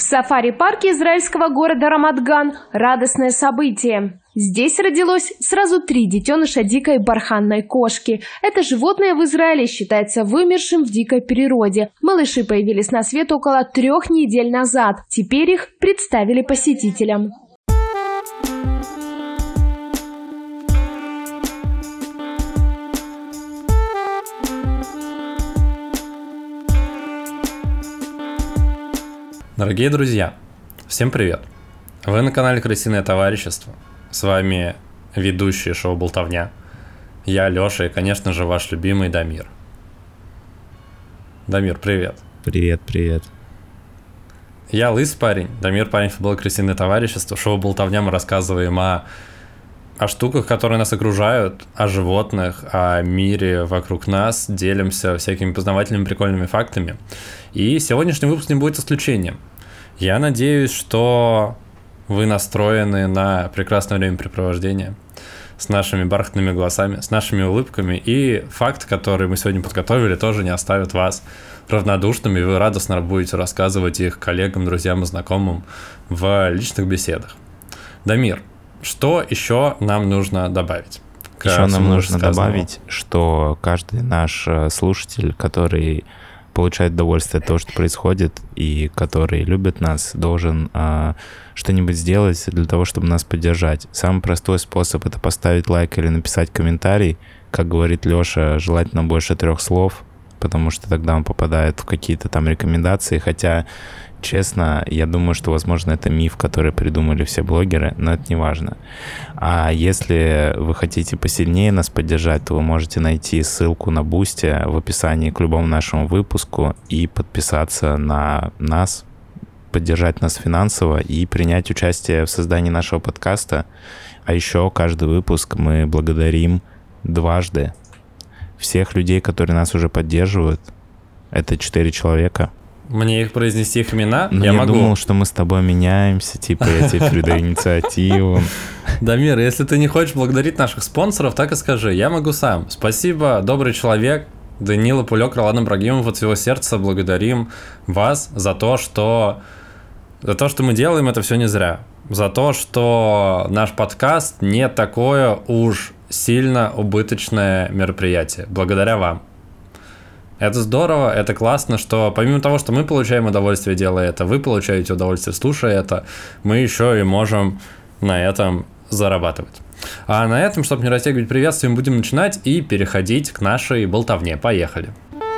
сафари-парке израильского города Рамат-Ган – радостное событие. Здесь родилось сразу 3 детеныша дикой барханной кошки. Это животное в Израиле считается вымершим в дикой природе. Малыши появились на свет около 3 недель назад. Теперь их представили посетителям. Дорогие друзья, всем привет! Вы на канале Крысиное товарищество. С вами ведущий шоу «Болтовня». Я Лёша и, конечно же, ваш любимый Дамир. Дамир, привет. Привет. Я лысый парень, Дамир парень футбола Крысиное товарищество. Шоу «Болтовня» мы рассказываем о штуках, которые нас окружают, о животных, о мире вокруг нас, делимся всякими познавательными прикольными фактами. И сегодняшний выпуск не будет исключением. Я надеюсь, что вы настроены на прекрасное времяпрепровождение с нашими бархатными голосами, с нашими улыбками, и факты, которые мы сегодня подготовили, тоже не оставят вас равнодушными, и вы радостно будете рассказывать их коллегам, друзьям и знакомым в личных беседах. Дамир, что еще нам нужно добавить? Еще нам нужно добавить, что каждый наш слушатель, который получает удовольствие от того, что происходит, и который любит нас, должен что-нибудь сделать для того, чтобы нас поддержать. Самый простой способ — это поставить лайк или написать комментарий. Как говорит Леша, желательно больше 3 слов, потому что тогда он попадает в какие-то там рекомендации, хотя, честно, я думаю, что, возможно, это миф, который придумали все блогеры, но это не важно. А если вы хотите посильнее нас поддержать, то вы можете найти ссылку на Boosty в описании к любому нашему выпуску и подписаться на нас, поддержать нас финансово и принять участие в создании нашего подкаста. А еще каждый выпуск мы благодарим дважды всех людей, которые нас уже поддерживают. Это 4 человека. Мне их произнести их имена? Я могу. Думал, что мы с тобой меняемся, типа я тебе передаю инициативу. Дамир, если ты не хочешь благодарить наших спонсоров, так и скажи, я могу сам. Спасибо, добрый человек, Данила Пулек, Ролан Ибрагимов, от всего сердца благодарим вас за то, что мы делаем это все не зря. За то, что наш подкаст не такое уж сильно убыточное мероприятие. Благодаря вам. Это здорово, это классно, что помимо того, что мы получаем удовольствие, делая это, вы получаете удовольствие, слушая это, мы еще и можем на этом зарабатывать. А на этом, чтобы не растягивать приветствием, будем начинать и переходить к нашей болтовне. Поехали.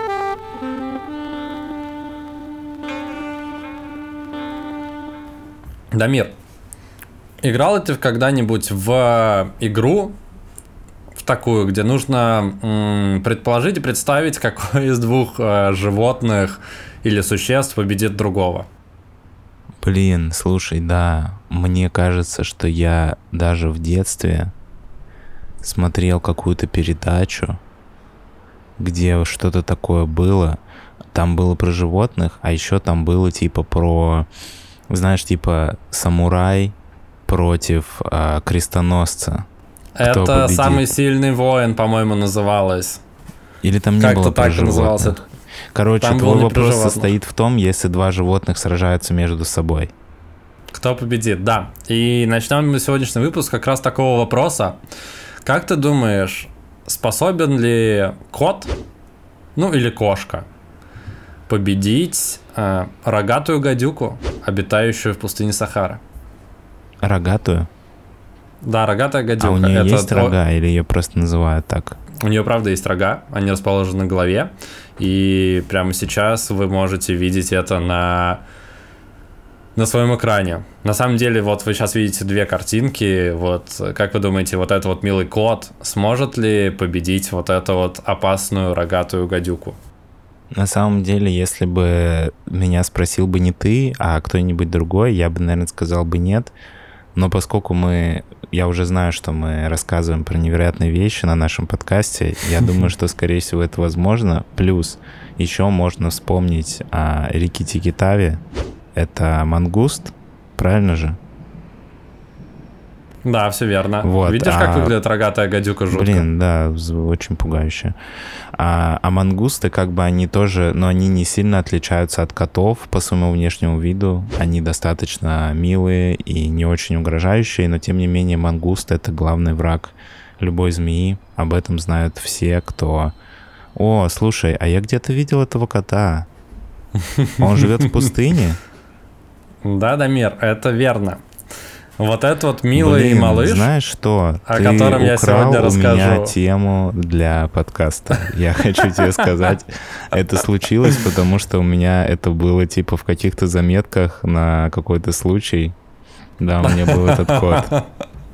Дамир, играл ли ты когда-нибудь в игру, в такую, где нужно предположить и представить, какое из 2 животных или существ победит другого? Блин, слушай, да, мне кажется, что я даже в детстве смотрел какую-то передачу, где что-то такое было. Там было про животных, а еще там было типа про, знаешь, типа самурай против крестоносца. Кто это победит? «Самый сильный воин», по-моему, называлось. Или там не Как-то было про так животных? назывался. Короче, там твой вопрос животных. состоит в том, если 2 животных сражаются между собой. Кто победит, да. И начнем мы сегодняшний выпуск как раз такого вопроса. Как ты думаешь, способен ли кот, или кошка, победить рогатую гадюку, обитающую в пустыне Сахара? Рогатую? Да, рогатая гадюка. А у нее есть рога или ее просто называют так? У нее, правда, есть рога, они расположены на голове, и прямо сейчас вы можете видеть это на своем экране. На самом деле, вот вы сейчас видите 2 картинки, вот как вы думаете, вот этот вот милый кот сможет ли победить вот эту вот опасную рогатую гадюку? На самом деле, если бы меня спросил бы не ты, а кто-нибудь другой, я бы, наверное, сказал бы нет. Но поскольку я уже знаю, что мы рассказываем про невероятные вещи на нашем подкасте, я думаю, что, скорее всего, это возможно. Плюс еще можно вспомнить о Рикки-Тикки-Таве. Это мангуст, правильно же? Да, все верно. Вот, Видишь, как выглядит рогатая гадюка жутко? Блин, да, очень пугающе. А мангусты, как бы они тоже, но они не сильно отличаются от котов по своему внешнему виду. Они достаточно милые и не очень угрожающие, но тем не менее мангуст — это главный враг любой змеи. Об этом знают все, кто... О, слушай, а я где-то видел этого кота. Он живет в пустыне? Да, Дамир, это верно. Вот этот вот милый малыш, знаешь что? о котором я сегодня расскажу. У меня тему для подкаста. Я хочу тебе сказать, это случилось, потому что у меня это было типа в каких-то заметках на какой-то случай. Да, у меня был этот кот.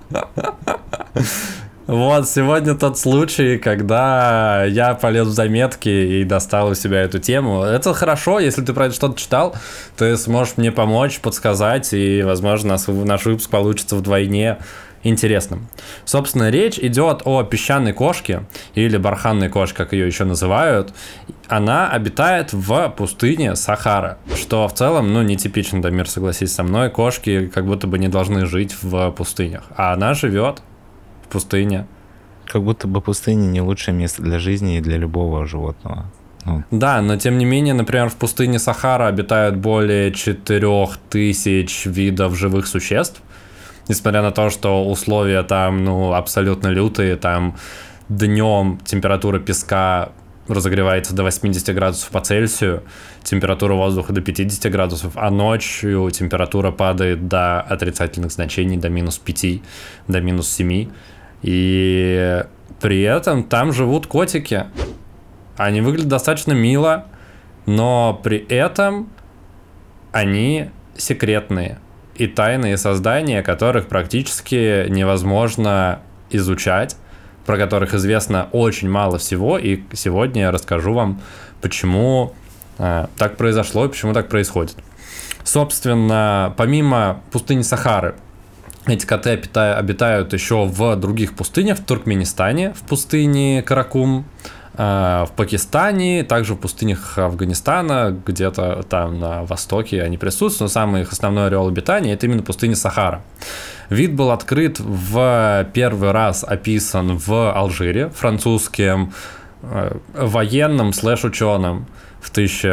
Вот, сегодня тот случай, когда я полез в заметки и достал у себя эту тему. Это хорошо, если ты про это что-то читал, ты сможешь мне помочь, подсказать, и, возможно, наш выпуск получится вдвойне интересным. Собственно, речь идет о песчаной кошке, или барханной кошке, как ее еще называют. Она обитает в пустыне Сахара, что в целом, нетипично, Дамир, согласись со мной, кошки как будто бы не должны жить в пустынях, а она живет в пустыне. Как будто бы пустыня не лучшее место для жизни и для любого животного. Да, но тем не менее, например, в пустыне Сахара обитают более 4000 видов живых существ. Несмотря на то, что условия там, абсолютно лютые, там днем температура песка разогревается до 80 градусов по Цельсию, температура воздуха до 50 градусов, а ночью температура падает до отрицательных значений, до -5, до -7. И при этом там живут котики. Они выглядят достаточно мило, но при этом они секретные и тайные создания, которых практически невозможно изучать, про которых известно очень мало всего, и сегодня я расскажу вам, почему так произошло и почему так происходит. Собственно, помимо пустыни Сахары, эти коты обитают еще в других пустынях, в Туркменистане, в пустыне Каракум, в Пакистане, также в пустынях Афганистана, где-то там на востоке они присутствуют, но самый их основной ареал обитания — это именно пустыня Сахара. Вид был открыт первый раз описан в Алжире французским военным /ученым в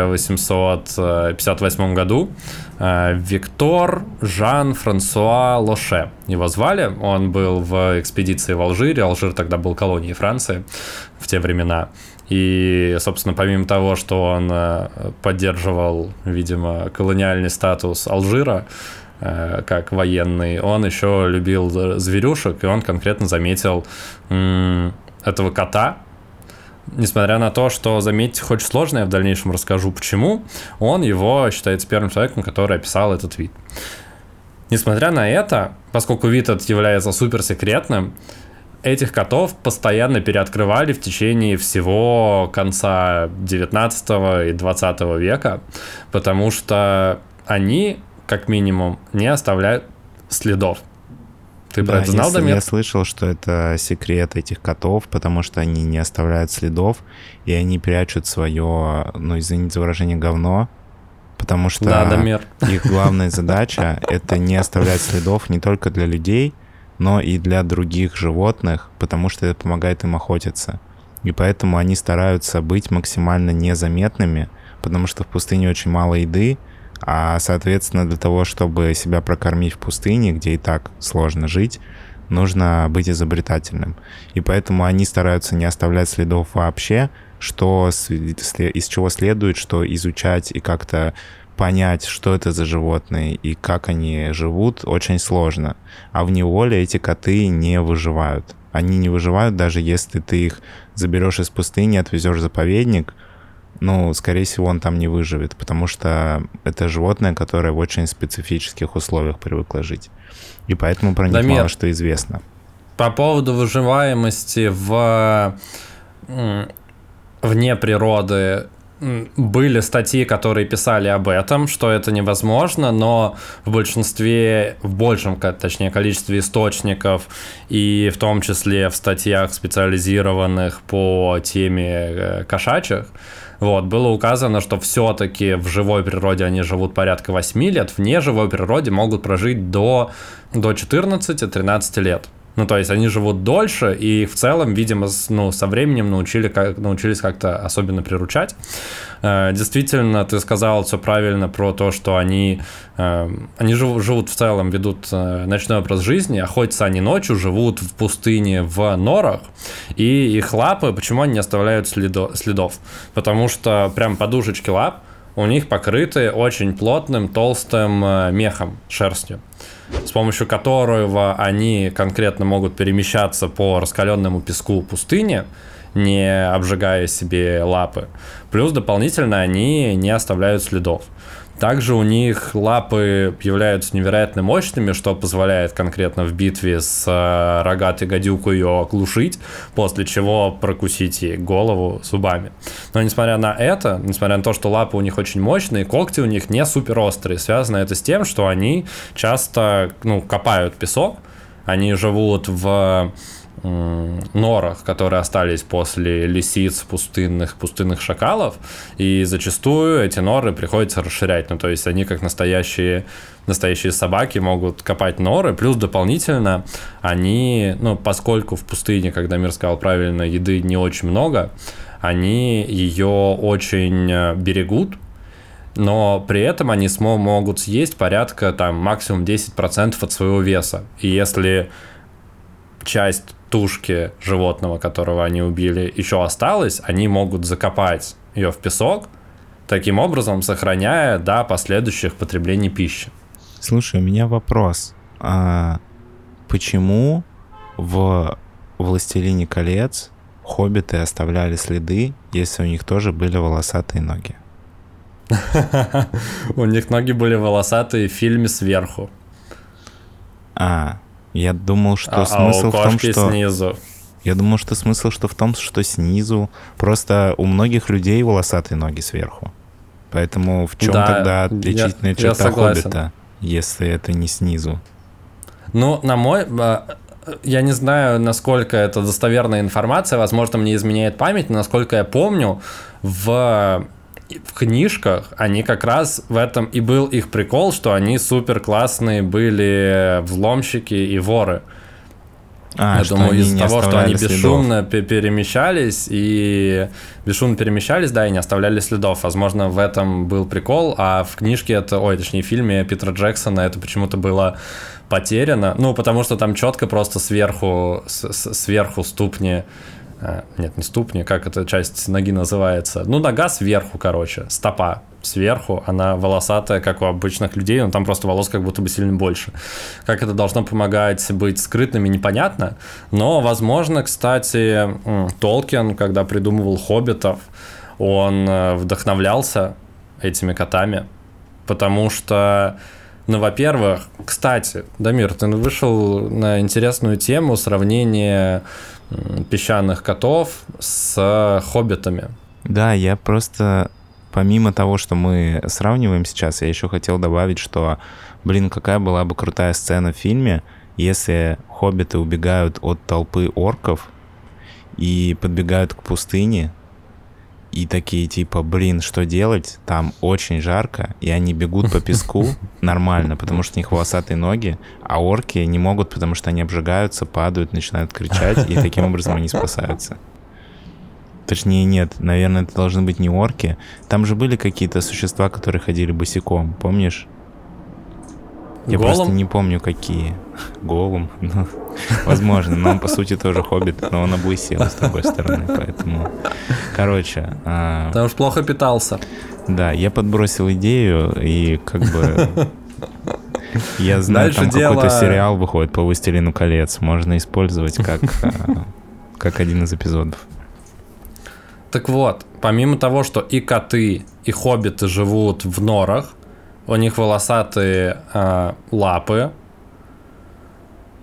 1858 году. Виктор Жан-Франсуа Лоше его звали. Он был в экспедиции в Алжире. Алжир тогда был колонией Франции в те времена. И, собственно, помимо того, что он поддерживал, видимо, колониальный статус Алжира как военный, он еще любил зверюшек, и он конкретно заметил этого кота. Несмотря на то, что заметить очень сложно, я в дальнейшем расскажу, почему, он его считается первым человеком, который описал этот вид. Несмотря на это, поскольку вид этот является суперсекретным, этих котов постоянно переоткрывали в течение всего конца 19 и 20 века, потому что они, как минимум, не оставляют следов. Ты про это знал, Дамир? Я слышал, что это секрет этих котов, потому что они не оставляют следов, и они прячут свое, извините за выражение, говно, потому что их главная задача — это не оставлять следов не только для людей, но и для других животных, потому что это помогает им охотиться. И поэтому они стараются быть максимально незаметными, потому что в пустыне очень мало еды, а, соответственно, для того, чтобы себя прокормить в пустыне, где и так сложно жить, нужно быть изобретательным. И поэтому они стараются не оставлять следов вообще, из чего следует, что изучать и как-то понять, что это за животные и как они живут, очень сложно. А в неволе эти коты не выживают. Они не выживают, даже если ты их заберешь из пустыни, отвезешь в заповедник, скорее всего, он там не выживет, потому что это животное, которое в очень специфических условиях привыкло жить. И поэтому про них мало что известно. По поводу выживаемости вне природы были статьи, которые писали об этом, что это невозможно, но в большем, точнее, количестве источников, и в том числе в статьях, специализированных по теме кошачьих, было указано, что все-таки в живой природе они живут порядка 8 лет, в неживой природе могут прожить до 14-13 лет. То есть они живут дольше, и в целом, видимо, со временем научились как-то особенно приручать. Действительно, ты сказал все правильно про то, что они живут в целом, ведут ночной образ жизни, охотятся они ночью, живут в пустыне в норах, и их лапы, почему они не оставляют следов? Потому что прям подушечки лап у них покрыты очень плотным, толстым мехом, шерстью, с помощью которого они конкретно могут перемещаться по раскаленному песку пустыни, не обжигая себе лапы. Плюс дополнительно они не оставляют следов. Также у них лапы являются невероятно мощными, что позволяет конкретно в битве с рогатой гадюкой ее оглушить, после чего прокусить ей голову зубами. Но несмотря на это, несмотря на то, что лапы у них очень мощные, когти у них не супер острые. Связано это с тем, что они часто копают песок, они живут в норах, которые остались после лисиц, пустынных шакалов, и зачастую эти норы приходится расширять. То есть они, как настоящие собаки, могут копать норы, плюс дополнительно они, поскольку в пустыне, когда Мир сказал правильно, еды не очень много, они ее очень берегут, но при этом они могут съесть порядка максимум 10% от своего веса. И если часть тушки животного, которого они убили, еще осталась, они могут закопать ее в песок, таким образом сохраняя до последующих потреблений пищи. Слушай, у меня вопрос. А почему в «Властелине колец» хоббиты оставляли следы, если у них тоже были волосатые ноги? У них ноги были волосатые в фильме сверху. Я думал, что смысл в том, что... снизу. Я думал, что смысл в том, что снизу. Просто у многих людей волосатые ноги сверху. Поэтому в чем тогда отличительная черта хоббита, если это не снизу? Я не знаю, насколько это достоверная информация, возможно, мне изменяет память, но насколько я помню, в книжках они как раз в этом и был их прикол, что они супер классные были взломщики и воры. Я думаю, из-за того, что они бесшумно перемещались, и не оставляли следов. Возможно, в этом был прикол, а в книжке в фильме Питера Джексона это почему-то было потеряно. Потому что там четко просто сверху ступни. Нет, не ступни, как эта часть ноги называется. Нога сверху, стопа сверху, она волосатая, как у обычных людей, но там просто волос как будто бы сильно больше. Как это должно помогать быть скрытными, непонятно. Но, возможно, кстати, Толкин, когда придумывал хоббитов, он вдохновлялся этими котами, потому что... во-первых, кстати, Дамир, ты вышел на интересную тему сравнения песчаных котов с хоббитами. Да, я просто, помимо того, что мы сравниваем сейчас, я еще хотел добавить, что, какая была бы крутая сцена в фильме, если хоббиты убегают от толпы орков и подбегают к пустыне, и такие типа, что делать? Там очень жарко, и они бегут по песку нормально, потому что у них волосатые ноги, а орки не могут, потому что они обжигаются, падают, начинают кричать, и таким образом они спасаются. Точнее, нет, наверное, это должны быть не орки. Там же были какие-то существа, которые ходили босиком, помнишь? Я просто не помню, какие. Голум, возможно, но он, по сути, тоже хоббит, но он облысел с другой стороны, поэтому... Короче... Потому что плохо питался. Да, я подбросил идею, и я знаю, там какой-то сериал выходит по «Властелину колец», можно использовать как один из эпизодов. Так вот, помимо того, что и коты, и хоббиты живут в норах, у них волосатые лапы.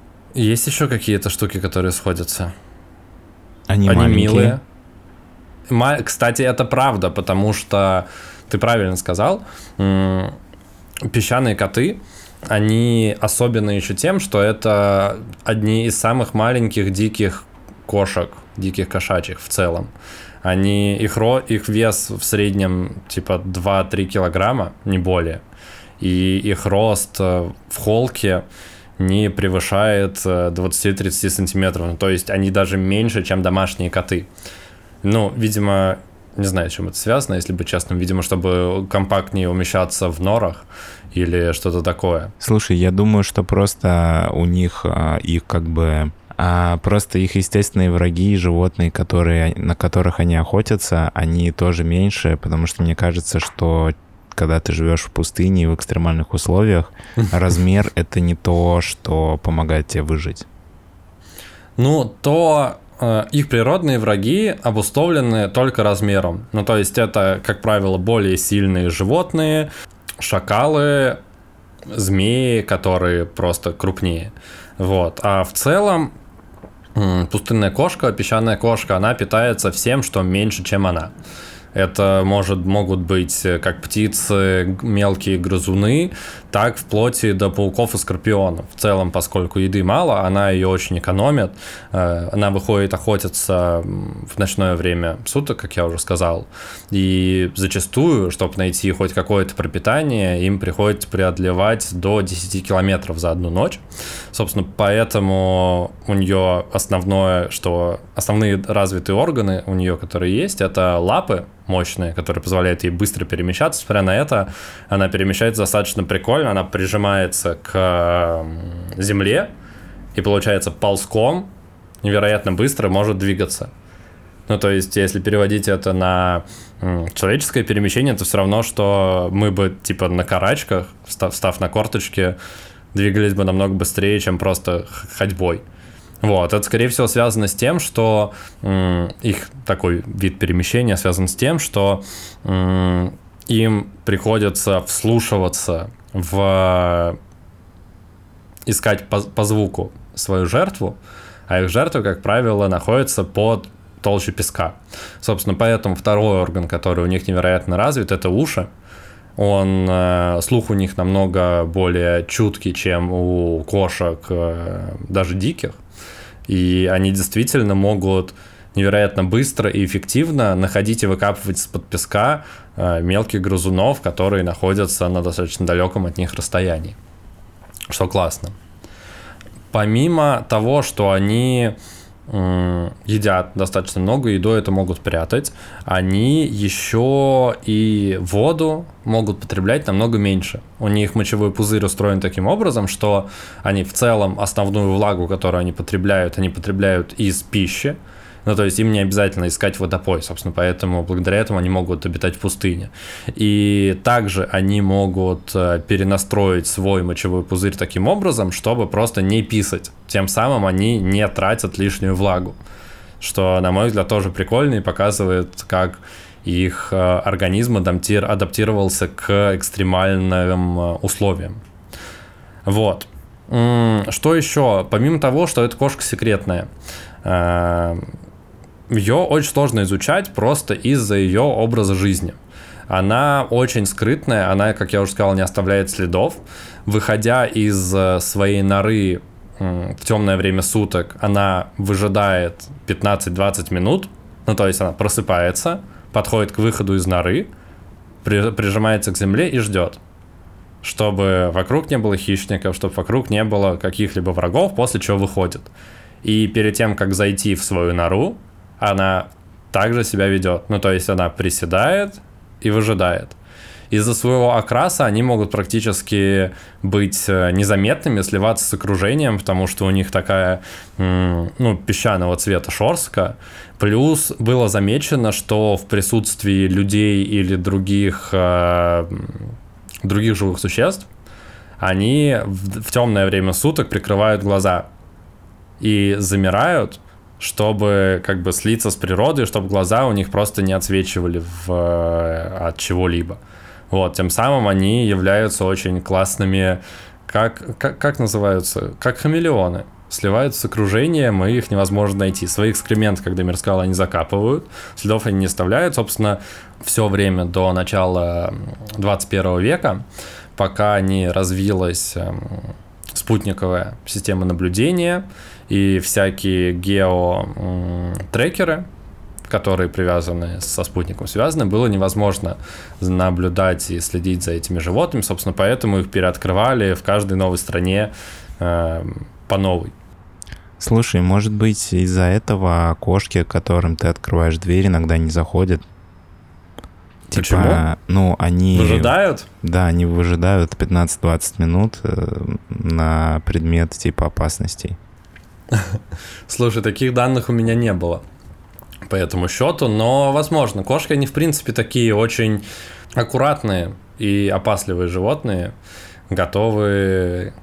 Есть еще какие-то штуки, которые сходятся? Они милые. Кстати, это правда, потому что ты правильно сказал, песчаные коты, они особенны еще тем, что это одни из самых маленьких диких кошек, диких кошачьих в целом. Их вес в среднем типа 2-3 килограмма, не более. И их рост в холке не превышает 20-30 сантиметров. Ну, то есть они даже меньше, чем домашние коты. Ну, видимо, не знаю, с чем это связано, если быть честным. Видимо, чтобы компактнее умещаться в норах или что-то такое. Слушай, я думаю, что просто у них их как бы... просто их естественные враги, животные, на которых они охотятся, они тоже меньше, потому что мне кажется, что когда ты живешь в пустыне и в экстремальных условиях, размер — это не то, что помогает тебе выжить. Ну, их природные враги обусловлены только размером. Ну, то есть это, как правило, более сильные животные, шакалы, змеи, которые просто крупнее. Вот. А в целом пустынная кошка, песчаная кошка, она питается всем, что меньше, чем она. Это могут быть как птицы, мелкие грызуны, так вплоть до пауков и скорпионов. В целом, поскольку еды мало, она ее очень экономит. Она выходит охотиться в ночное время суток, как я уже сказал. И зачастую, чтобы найти хоть какое-то пропитание, им приходится преодолевать до 10 километров за одну ночь. Собственно, поэтому у нее основные развитые органы у нее, которые есть, это лапы мощные, которые позволяют ей быстро перемещаться. Несмотря на это, она перемещается достаточно прикольно, она прижимается к земле и, получается, ползком невероятно быстро может двигаться. Ну, то есть, если переводить это на человеческое перемещение, то все равно, что мы бы, типа, на карачках, встав на корточки, двигались бы намного быстрее, чем просто ходьбой. Вот, это, скорее всего, связано с тем, что их такой вид перемещения связан с тем, что им приходится вслушиваться искать по звуку свою жертву, а их жертва, как правило, находится под толщей песка. Собственно, поэтому второй орган, который у них невероятно развит, это уши. Слух у них намного более чуткий, чем у кошек, даже диких. И они действительно могут невероятно быстро и эффективно находить и выкапывать из-под песка мелких грызунов, которые находятся на достаточно далеком от них расстоянии. Что классно. Помимо того, что они едят достаточно много, еду это могут прятать, они еще и воду могут потреблять намного меньше. У них мочевой пузырь устроен таким образом, что они в целом основную влагу, которую они потребляют из пищи. Ну, то есть им не обязательно искать водопой, собственно, поэтому благодаря этому они могут обитать в пустыне. И также они могут перенастроить свой мочевой пузырь таким образом, чтобы просто не писать. Тем самым они не тратят лишнюю влагу, что, на мой взгляд, тоже прикольно и показывает, как их организм адаптировался к экстремальным условиям. Вот. Что еще? Помимо того, что эта кошка секретная, ее очень сложно изучать просто из-за ее образа жизни. Она очень скрытная, она, как я уже сказал, не оставляет следов. Выходя из своей норы в темное время суток, она выжидает 15-20 минут, ну то есть она просыпается, подходит к выходу из норы, прижимается к земле и ждет, чтобы вокруг не было хищников, чтобы вокруг не было каких-либо врагов, после чего выходит. И перед тем, как зайти в свою нору, она также себя ведет. Ну, то есть она приседает и выжидает. Из-за своего окраса они могут практически быть незаметными, сливаться с окружением, потому что у них такая, песчаного цвета шерстка. Плюс было замечено, что в присутствии людей или других живых существ они в темное время суток прикрывают глаза и замирают, чтобы как бы слиться с природой, чтобы глаза у них просто не отсвечивали от чего-либо. Вот, тем самым они являются очень классными, как называются, как хамелеоны. сливаются с окружением, и их невозможно найти. Свои экскременты, как Дамир сказал, они закапывают, следов они не оставляют. Собственно, все время до начала 21 века, пока не развилась спутниковая система наблюдения и всякие геотрекеры, которые привязаны со спутником связаны, было невозможно наблюдать и следить за этими животными. Собственно, поэтому их переоткрывали в каждой новой стране по новой. Слушай, может быть, из-за этого кошки, которым ты открываешь дверь, иногда не заходят? Почему? Типа, ну, они... Выжидают? Да, они выжидают 15-20 минут на предмет типа опасностей. Слушай, таких данных у меня не было по этому счету, но, возможно, кошки, они, в принципе, такие очень аккуратные и опасливые животные, готовые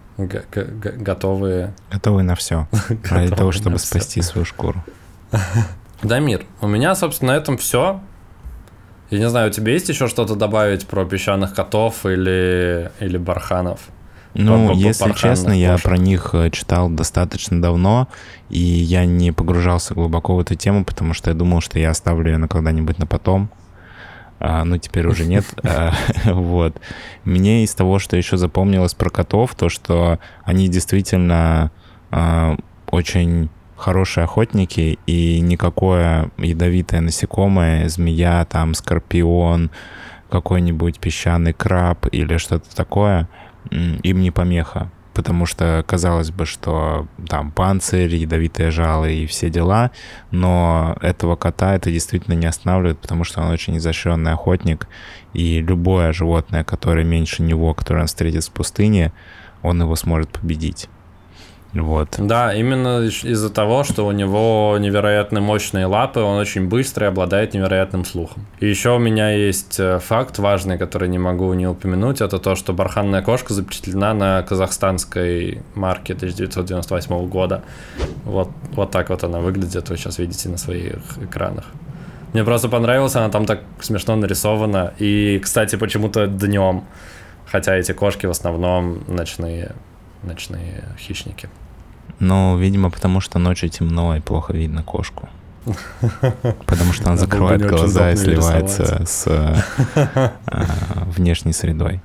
на все, ради того, чтобы спасти свою шкуру. Дамир, у меня, собственно, на этом все. Я не знаю, у тебя есть еще что-то добавить про песчаных котов или барханов? Ну, если честно, я про них читал достаточно давно, и я не погружался глубоко в эту тему, потому что я думал, что я оставлю ее когда-нибудь на потом. Ну, теперь уже нет. Вот. Мне из того, что еще запомнилось про котов, то, что они действительно очень хорошие охотники, и никакое ядовитое насекомое, змея, там, скорпион, какой-нибудь песчаный краб или что-то такое им не помеха. Потому что казалось бы, что там панцирь, ядовитые жало и все дела, но этого кота это действительно не останавливает, потому что он очень изощренный охотник, и любое животное, которое меньше него, которое он встретит в пустыне, он его сможет победить. Вот. Да, именно из-за того, что у него невероятно мощные лапы, он очень быстрый, обладает невероятным слухом. И еще у меня есть факт важный, который не могу не упомянуть, это то, что барханная кошка запечатлена на казахстанской марке 1998 года. Вот так вот она выглядит, вы сейчас видите на своих экранах. Мне просто понравилось, она там так смешно нарисована. И, кстати, почему-то днем, хотя эти кошки в основном ночные хищники. Ну, видимо, потому что ночью темно и плохо видно кошку. Потому что она закрывает глаза и сливается с внешней средой.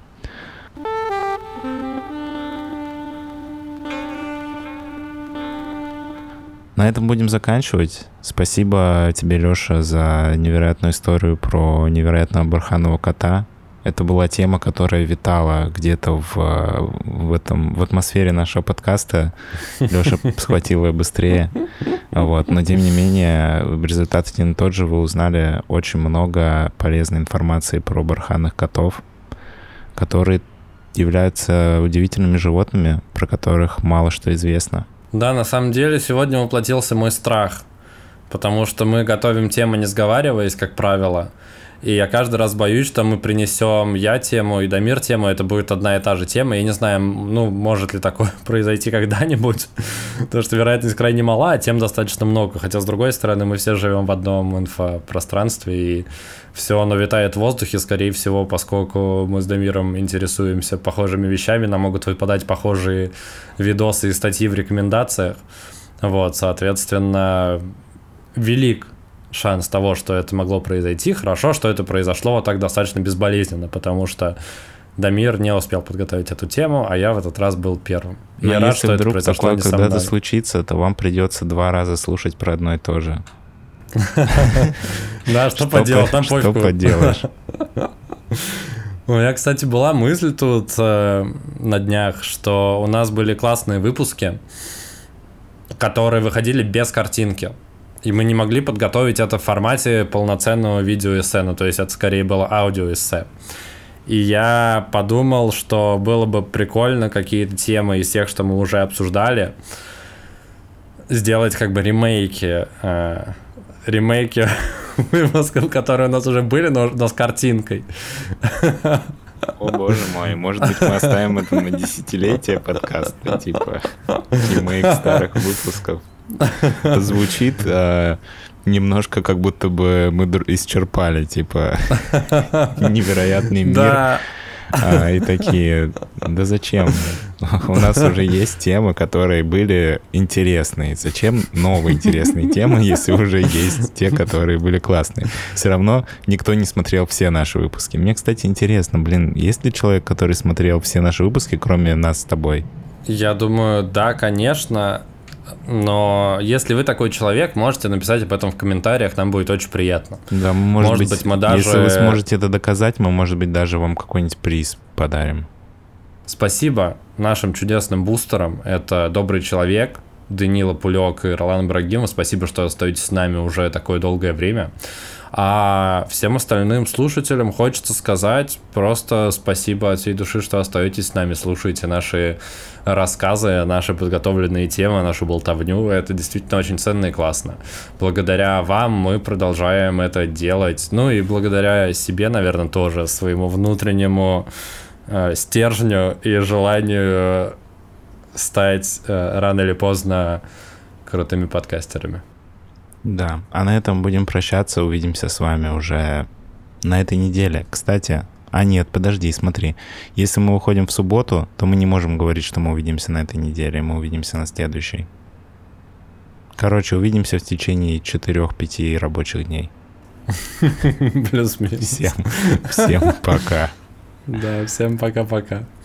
На этом будем заканчивать. Спасибо тебе, Лёша, за невероятную историю про невероятного барханного кота. Это была тема, которая витала где-то в атмосфере нашего подкаста. Лёша схватил ее быстрее. Вот. Но, тем не менее, результат один и тот же. Вы узнали очень много полезной информации про барханных котов, которые являются удивительными животными, про которых мало что известно. Да, на самом деле, сегодня воплотился мой страх, потому что мы готовим темы, не сговариваясь, как правило. И я каждый раз боюсь, что мы принесем тему и Дамир тему, это будет одна и та же тема. Я не знаю, может ли такое произойти когда-нибудь, потому что вероятность крайне мала, а тем достаточно много. Хотя, с другой стороны, мы все живем в одном инфопространстве, и все оно витает в воздухе, скорее всего, поскольку мы с Дамиром интересуемся похожими вещами, нам могут выпадать похожие видосы и статьи в рекомендациях. Вот, соответственно, велик шанс того, что это могло произойти. Хорошо, что это произошло вот так достаточно безболезненно, потому что Дамир не успел подготовить эту тему, а я в этот раз был первым. Но я рад, что это произошло не со мной. Если вдруг такое когда-то случится, то вам придется 2 раза слушать про одно и то же. Да, что поделать, нам пофигу. Что поделаешь. У меня, кстати, была мысль тут на днях, что у нас были классные выпуски, которые выходили без картинки. И мы не могли подготовить это в формате полноценного видеоэссе, то есть это скорее было аудиоэссе. И я подумал, что было бы прикольно какие-то темы из тех, что мы уже обсуждали, сделать как бы ремейки выпусков, которые у нас уже были, но с картинкой. О, боже мой, может быть, мы оставим это на десятилетие подкаста, типа ремейк старых выпусков. Звучит немножко как будто бы мы исчерпали, типа, невероятный мир. И такие, да зачем? У нас уже есть темы, которые были интересные. Зачем новые интересные темы, если уже есть те, которые были классные? Все равно никто не смотрел все наши выпуски. Мне, кстати, интересно, есть ли человек, который смотрел все наши выпуски, кроме нас с тобой? Я думаю, да, конечно. Но если вы такой человек, можете написать об этом в комментариях, нам будет очень приятно. Да, может быть, мы даже... Если вы сможете это доказать, мы, может быть, даже вам какой-нибудь приз подарим. Спасибо нашим чудесным бустерам. Это Добрый человек, Данила Пулек и Ролан Брагимов. Спасибо, что остаетесь с нами уже такое долгое время. А всем остальным слушателям хочется сказать просто спасибо от всей души, что остаетесь с нами, слушаете наши рассказы, наши подготовленные темы, нашу болтовню. Это действительно очень ценно и классно. Благодаря вам мы продолжаем это делать. Ну и благодаря себе, наверное, тоже, своему внутреннему стержню и желанию стать рано или поздно крутыми подкастерами. Да, а на этом будем прощаться, увидимся с вами уже на этой неделе. Кстати, нет, подожди, смотри, если мы выходим в субботу, то мы не можем говорить, что мы увидимся на этой неделе, мы увидимся на следующей. Короче, увидимся в течение 4-5 рабочих дней. Плюс-минус. Всем пока. Да, всем пока-пока.